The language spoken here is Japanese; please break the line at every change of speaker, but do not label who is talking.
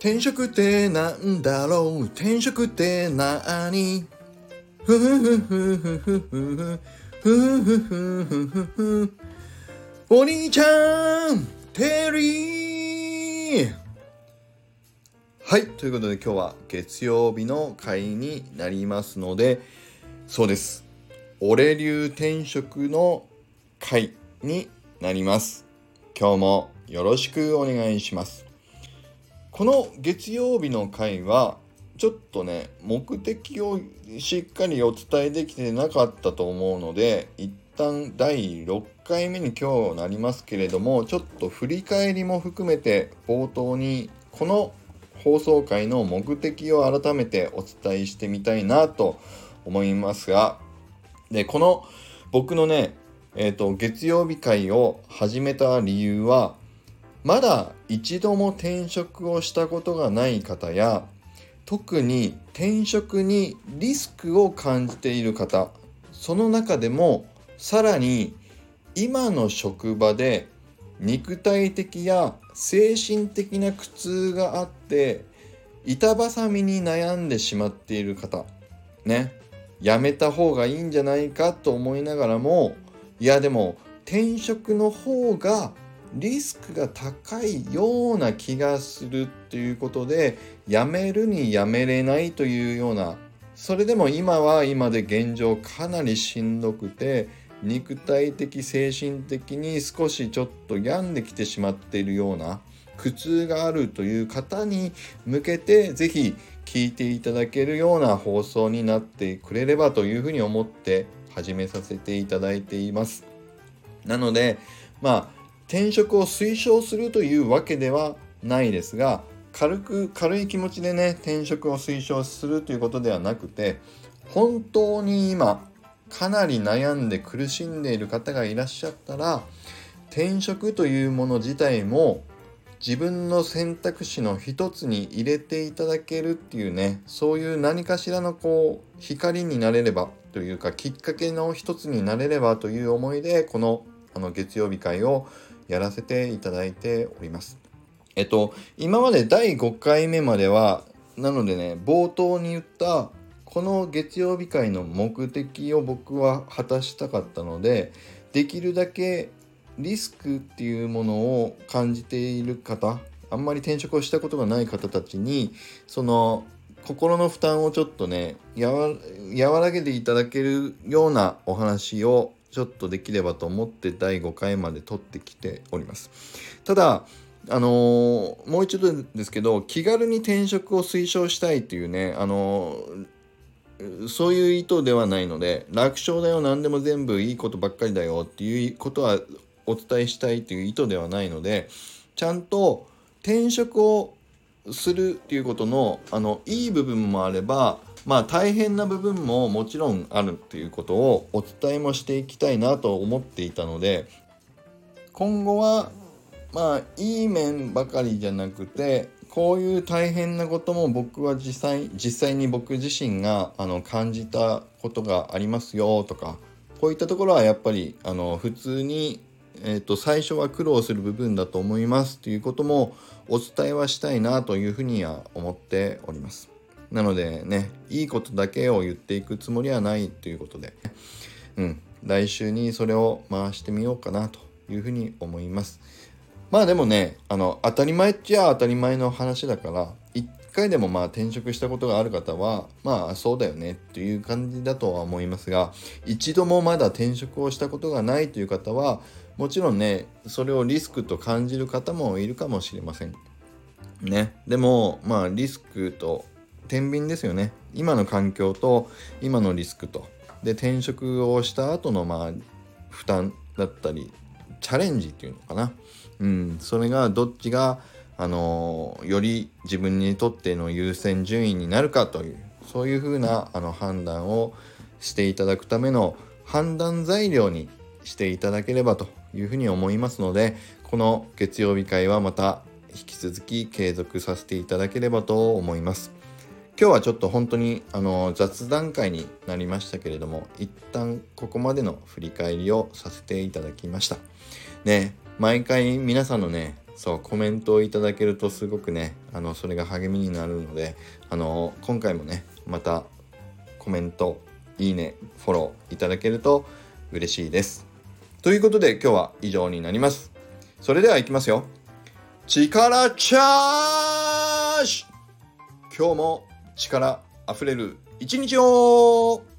転職ってなんだろう、転職ってなに、ふふふふふふふふふふふふ、お兄ちゃんテリー。はい、ということで今日は月曜日の回になりますので、そうです、俺流転職の回になります。今日もよろしくお願いします。この月曜日の回はちょっとね、目的をしっかりお伝えできてなかったと思うので、一旦第6回目に今日なりますけれども、ちょっと振り返りも含めて冒頭にこの放送回の目的を改めてお伝えしてみたいなと思いますが、でこの僕のね、月曜日回を始めた理由は、まだ一度も転職をしたことがない方や、特に転職にリスクを感じている方、その中でもさらに今の職場で肉体的や精神的な苦痛があって板挟みに悩んでしまっている方ね、やめた方がいいんじゃないかと思いながらも、いやでも転職の方がリスクが高いような気がするっていうことで、やめるにやめれないというような、それでも今は今で現状かなりしんどくて、肉体的精神的に少しちょっと病んできてしまっているような苦痛があるという方に向けて、ぜひ聞いていただけるような放送になってくれればというふうに思って始めさせていただいています。なので転職を推奨するというわけではないですが、軽い気持ちでね、転職を推奨するということではなくて、本当に今かなり悩んで苦しんでいる方がいらっしゃったら、転職というもの自体も自分の選択肢の一つに入れていただけるっていうね、そういう何かしらの光になれればというか、きっかけの一つになれればという思いで、この月曜日会をやらせていただいております。今まで第5回目までは、なのでね、冒頭に言ったこの月曜日会の目的を僕は果たしたかったので、できるだけリスクっていうものを感じている方、あんまり転職をしたことがない方たちに、その心の負担をちょっとね、和らげていただけるようなお話をちょっとできればと思って第5回まで撮ってきております。ただもう一度ですけど、気軽に転職を推奨したいっていうね、そういう意図ではないので、楽勝だよ、何でも全部いいことばっかりだよっていうことはお伝えしたいという意図ではないので、ちゃんと転職をするっていうことのいい部分もあれば、大変な部分ももちろんあるっていうことをお伝えもしていきたいなと思っていたので、今後はいい面ばかりじゃなくて、こういう大変なことも僕は実際に僕自身が感じたことがありますよとか、こういったところはやっぱり普通に、最初は苦労する部分だと思いますということもお伝えはしたいなというふうには思っております。なのでね、いいことだけを言っていくつもりはないということで、来週にそれを回してみようかなというふうに思います。でもね、当たり前っちゃ当たり前の話だから、一回でも転職したことがある方はそうだよねっていう感じだとは思いますが、一度もまだ転職をしたことがないという方は、もちろんね、それをリスクと感じる方もいるかもしれませんね。でもリスクと天秤ですよね。今の環境と今のリスクとで、転職をした後の負担だったりチャレンジっていうのかな、それがどっちがより自分にとっての優先順位になるかという、そういうふうな判断をしていただくための判断材料にしていただければというふうに思いますので、この月曜日会はまた引き続き継続させていただければと思います。今日はちょっと本当に雑談会になりましたけれども、一旦ここまでの振り返りをさせていただきましたね。毎回皆さんのねそうコメントをいただけるとすごくねそれが励みになるので今回もねまたコメントいいねフォローいただけると嬉しいです。ということで今日は以上になります。それではいきますよ。力チャージ。今日も力あふれる一日を。